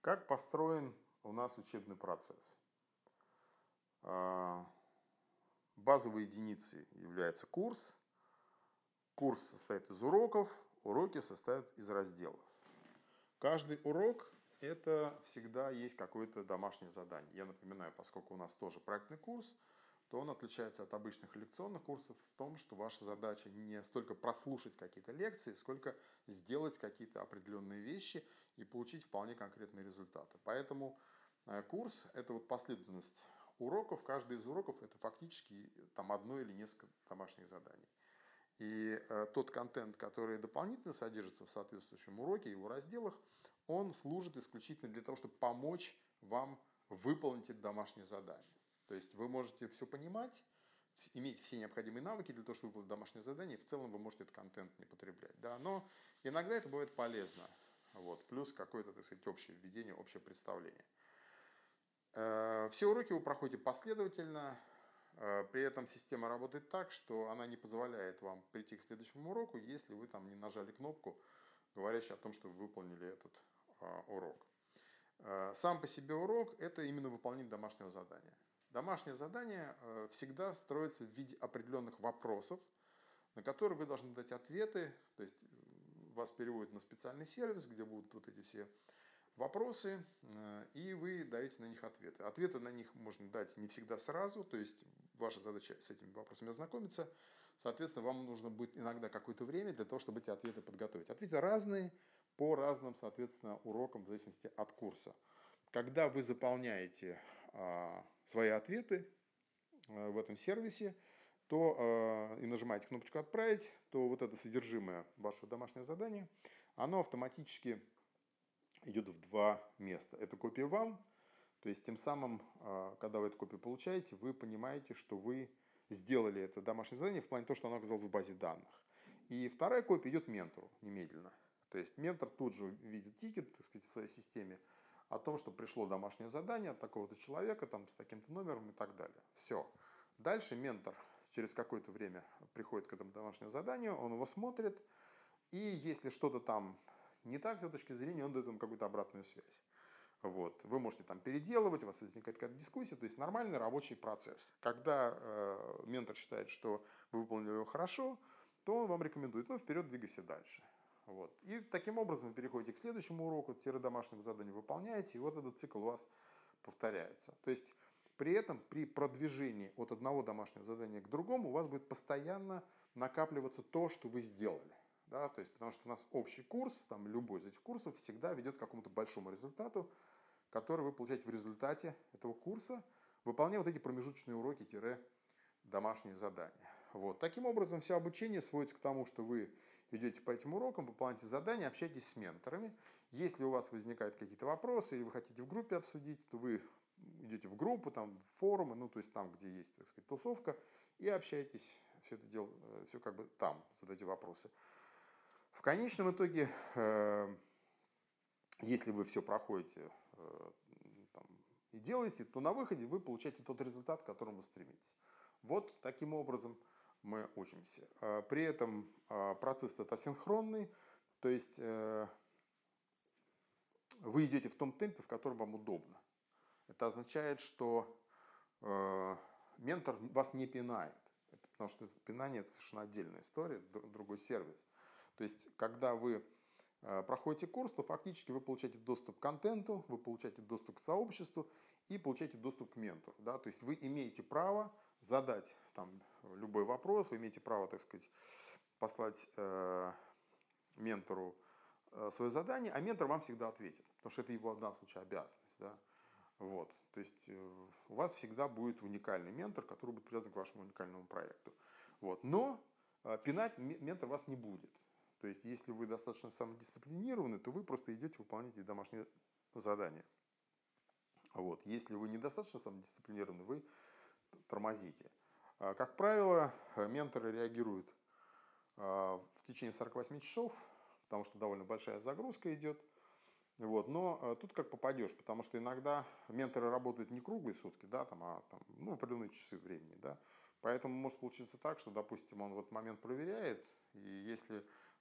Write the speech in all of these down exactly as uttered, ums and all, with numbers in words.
Как построен у нас учебный процесс? А, Базовой единицей является курс. Курс состоит из уроков, уроки состоят из разделов. Каждый урок – это всегда есть какое-то домашнее задание. Я напоминаю, поскольку у нас тоже проектный курс, то он отличается от обычных лекционных курсов в том, что ваша задача не столько прослушать какие-то лекции, сколько сделать какие-то определенные вещи и получить вполне конкретные результаты. Поэтому э, курс – это вот последовательность уроков. Каждый из уроков – это фактически там одно или несколько домашних заданий. И э, тот контент, который дополнительно содержится в соответствующем уроке, его разделах, он служит исключительно для того, чтобы помочь вам выполнить это домашнее задание. То есть вы можете все понимать, иметь все необходимые навыки для того, чтобы выполнить домашнее задание, и в целом вы можете этот контент не потреблять. Да? Но иногда это бывает полезно. Вот. Плюс какое-то, так сказать, общее введение, общее представление. Э, все уроки вы проходите последовательно. При этом система работает так, что она не позволяет вам прийти к следующему уроку, если вы там не нажали кнопку, говорящую о том, что вы выполнили этот а, урок. А, сам по себе урок – это именно выполнение домашнего задания. Домашнее задание а, всегда строится в виде определенных вопросов, на которые вы должны дать ответы. То есть вас переводят на специальный сервис, где будут вот эти все вопросы, и вы даете на них ответы. Ответы на них можно дать не всегда сразу, то есть ваша задача с этими вопросами ознакомиться. Соответственно, вам нужно будет иногда какое-то время для того, чтобы эти ответы подготовить. Ответы разные по разным, соответственно, урокам в зависимости от курса. Когда вы заполняете а, свои ответы а, в этом сервисе, то э, и нажимаете кнопочку «Отправить», то вот это содержимое вашего домашнего задания, оно автоматически идет в два места. Это копия вам, то есть тем самым, когда вы эту копию получаете, вы понимаете, что вы сделали это домашнее задание в плане того, что оно оказалось в базе данных. И вторая копия идет ментору немедленно. То есть ментор тут же видит тикет, так сказать, в своей системе о том, что пришло домашнее задание от такого-то человека, там, с таким-то номером и так далее. Все. Дальше ментор через какое-то время приходит к этому домашнему заданию, он его смотрит, и если что-то там не так, с его точки зрения, он дает вам какую-то обратную связь. Вот. Вы можете там переделывать, у вас возникает какая-то дискуссия, то есть нормальный рабочий процесс. Когда э, ментор считает, что вы выполнили его хорошо, то он вам рекомендует, ну, вперед, двигайся дальше. Вот. И таким образом вы переходите к следующему уроку, тире домашнего задания выполняете, и вот этот цикл у вас повторяется. То есть при этом при продвижении от одного домашнего задания к другому у вас будет постоянно накапливаться то, что вы сделали. Да, то есть, потому что у нас общий курс, там, любой из этих курсов всегда ведет к какому-то большому результату, который вы получаете в результате этого курса, выполняя вот эти промежуточные уроки-домашние задания. Вот. Таким образом, все обучение сводится к тому, что вы идете по этим урокам, выполняете задания, общаетесь с менторами. Если у вас возникают какие-то вопросы или вы хотите в группе обсудить, то вы идете в группу, там, в форумы, ну, то есть там, где есть, так сказать, тусовка, и общаетесь, все это дело, все как бы там, задаете вопросы. В конечном итоге, э, если вы все проходите э, там, и делаете, то на выходе вы получаете тот результат, к которому вы стремитесь. Вот таким образом мы учимся. Э, при этом э, процесс этот асинхронный, то есть э, вы идете в том темпе, в котором вам удобно. Это означает, что э, ментор вас не пинает, это потому что пинание – это совершенно отдельная история, другой сервис. То есть, когда вы проходите курс, то фактически вы получаете доступ к контенту, вы получаете доступ к сообществу и получаете доступ к ментору. Да? То есть вы имеете право задать там, любой вопрос, вы имеете право, так сказать, послать э, ментору э, свое задание, а ментор вам всегда ответит, потому что это его в данном случае обязанность. Да? Вот. То есть э, у вас всегда будет уникальный ментор, который будет привязан к вашему уникальному проекту. Вот. Но э, пинать ментор вас не будет. То есть, если вы достаточно самодисциплинированы, то вы просто идете выполнять домашние задания. Вот. Если вы недостаточно самодисциплинированы, вы тормозите. Как правило, менторы реагируют в течение сорока восьми часов, потому что довольно большая загрузка идет. Вот. Но тут как попадешь, потому что иногда менторы работают не круглые сутки, да, там, а там, ну, определенные часы времени. Да. Поэтому может получиться так, что, допустим, он в этот момент проверяет, и если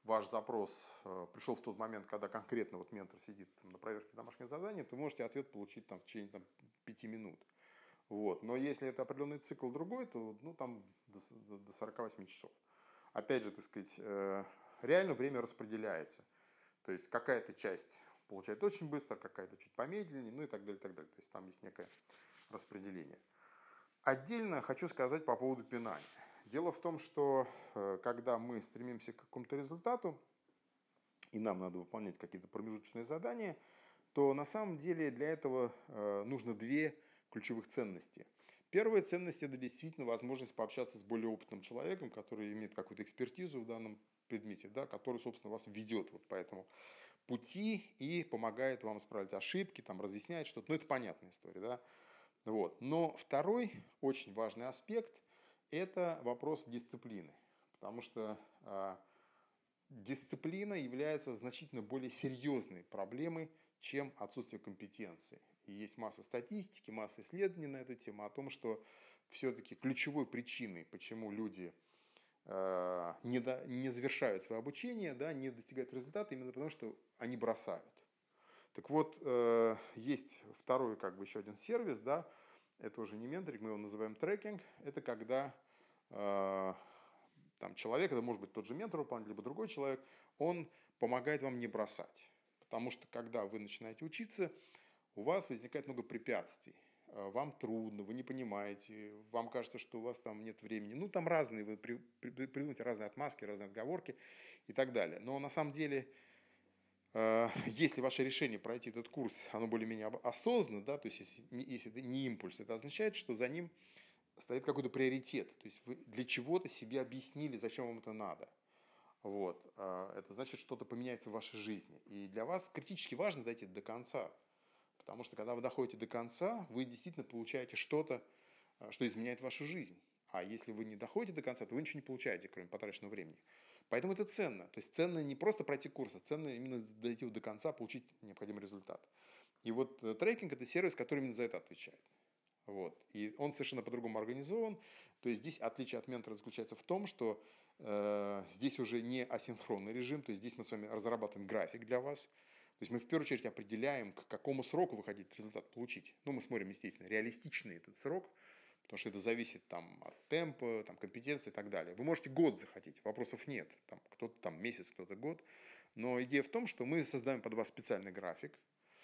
ваш запрос э, пришел в тот момент, когда конкретно вот ментор сидит там, на проверке домашнего задания, то вы можете ответ получить там, в течение там, пяти минут. Вот. Но если это определенный цикл другой, то ну, там до, до, до сорока восьми часов. Опять же, так сказать, э, реально время распределяется. То есть какая-то часть получает очень быстро, какая-то чуть помедленнее, ну и так далее, так далее. То есть там есть некое распределение. Отдельно хочу сказать по поводу пинания. Дело в том, что э, когда мы стремимся к какому-то результату, и нам надо выполнять какие-то промежуточные задания, то на самом деле для этого э, нужно две ключевых ценности. Первая ценность – это действительно возможность пообщаться с более опытным человеком, который имеет какую-то экспертизу в данном предмете, да, который, собственно, вас ведет вот по этому пути и помогает вам исправлять ошибки, там, разъясняет что-то. Ну, это понятная история, да. Вот. Но второй очень важный аспект – это вопрос дисциплины. Потому что э, дисциплина является значительно более серьезной проблемой, чем отсутствие компетенции. И есть масса статистики, масса исследований на эту тему о том, что все-таки ключевой причиной, почему люди э, не, до, не завершают свое обучение, да, не достигают результата, именно потому, что они бросают. Так вот, э, есть второй, как бы еще один сервис, да, это уже не менторинг, мы его называем трекинг. Это когда э, там, человек, это может быть тот же ментор выполнять, либо другой человек, он помогает вам не бросать. Потому что когда вы начинаете учиться, у вас возникает много препятствий. Вам трудно, вы не понимаете, вам кажется, что у вас там нет времени. Ну, там разные, вы при, при, придумаете разные отмазки, разные отговорки и так далее. Но на самом деле, э, если ваше решение пройти этот курс, оно более-менее осознанно, да, то есть если, если это не импульс, это означает, что за ним стоит какой-то приоритет. То есть вы для чего-то себе объяснили, зачем вам это надо. Вот. Это значит, что-то поменяется в вашей жизни. И для вас критически важно дойти до конца. Потому что когда вы доходите до конца, вы действительно получаете что-то, что изменяет вашу жизнь. А если вы не доходите до конца, то вы ничего не получаете, кроме потраченного времени. Поэтому это ценно. То есть ценно не просто пройти курс, а ценно именно дойти до конца, получить необходимый результат. И вот трекинг – это сервис, который именно за это отвечает. Вот. И он совершенно по-другому организован. То есть здесь отличие от ментора заключается в том, что э, здесь уже не асинхронный режим, то есть здесь мы с вами разрабатываем график для вас. То есть мы в первую очередь определяем, к какому сроку вы хотите результат получить. Ну, мы смотрим, естественно, реалистичный этот срок, потому что это зависит там, от темпа, там, компетенции и так далее. Вы можете год захотеть, вопросов нет. Там, кто-то там месяц, кто-то год. Но идея в том, что мы создаем под вас специальный график,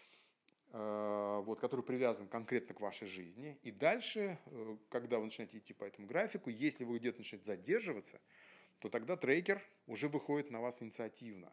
вот, который привязан конкретно к вашей жизни. И дальше, когда вы начинаете идти по этому графику, если вы где-то начинаете задерживаться, то тогда трекер уже выходит на вас инициативно.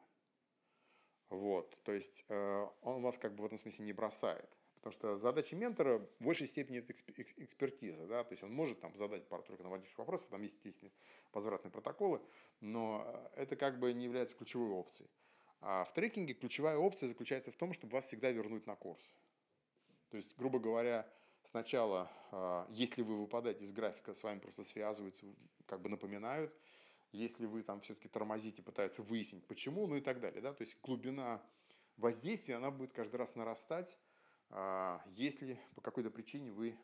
Вот, то есть он вас как бы в этом смысле не бросает. Потому что задача ментора в большей степени это экспертиза. Да? То есть он может там, задать пару-тройку наводящих вопросов, там есть, естественно, возвратные протоколы, но это как бы не является ключевой опцией. А в трекинге ключевая опция заключается в том, чтобы вас всегда вернуть на курс. То есть, грубо говоря, сначала, если вы выпадаете из графика, с вами просто связываются, как бы напоминают. Если вы там все-таки тормозите, пытаются выяснить, почему, ну и так далее. Да? То есть глубина воздействия, она будет каждый раз нарастать, если по какой-то причине вы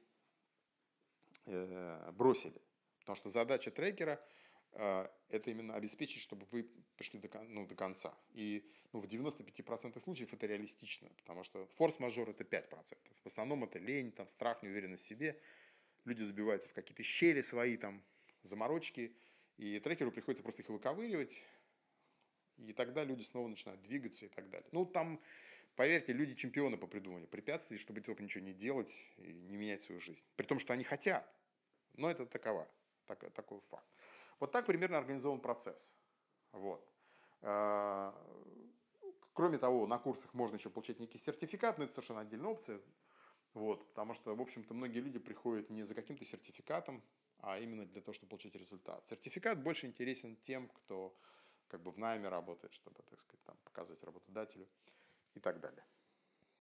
бросили. Потому что задача трекера – это именно обеспечить, чтобы вы пришли до, ну, до конца. И ну, в девяноста пяти процентах случаев это реалистично, потому что форс-мажор – это пять процентов. В основном это лень, там, страх, неуверенность в себе. Люди забиваются в какие-то щели свои, там, заморочки, и трекеру приходится просто их выковыривать, и тогда люди снова начинают двигаться и так далее. Ну, там, поверьте, люди чемпионы по придумыванию препятствий, чтобы только ничего не делать и не менять свою жизнь. При том, что они хотят, но это такова. Так, такой факт. Вот так примерно организован процесс. Вот. Кроме того, на курсах можно еще получать некий сертификат, но это совершенно отдельная опция. Вот, потому что, в общем-то, многие люди приходят не за каким-то сертификатом, а именно для того, чтобы получить результат. Сертификат больше интересен тем, кто как бы в найме работает, чтобы, так сказать, там, показывать работодателю и так далее.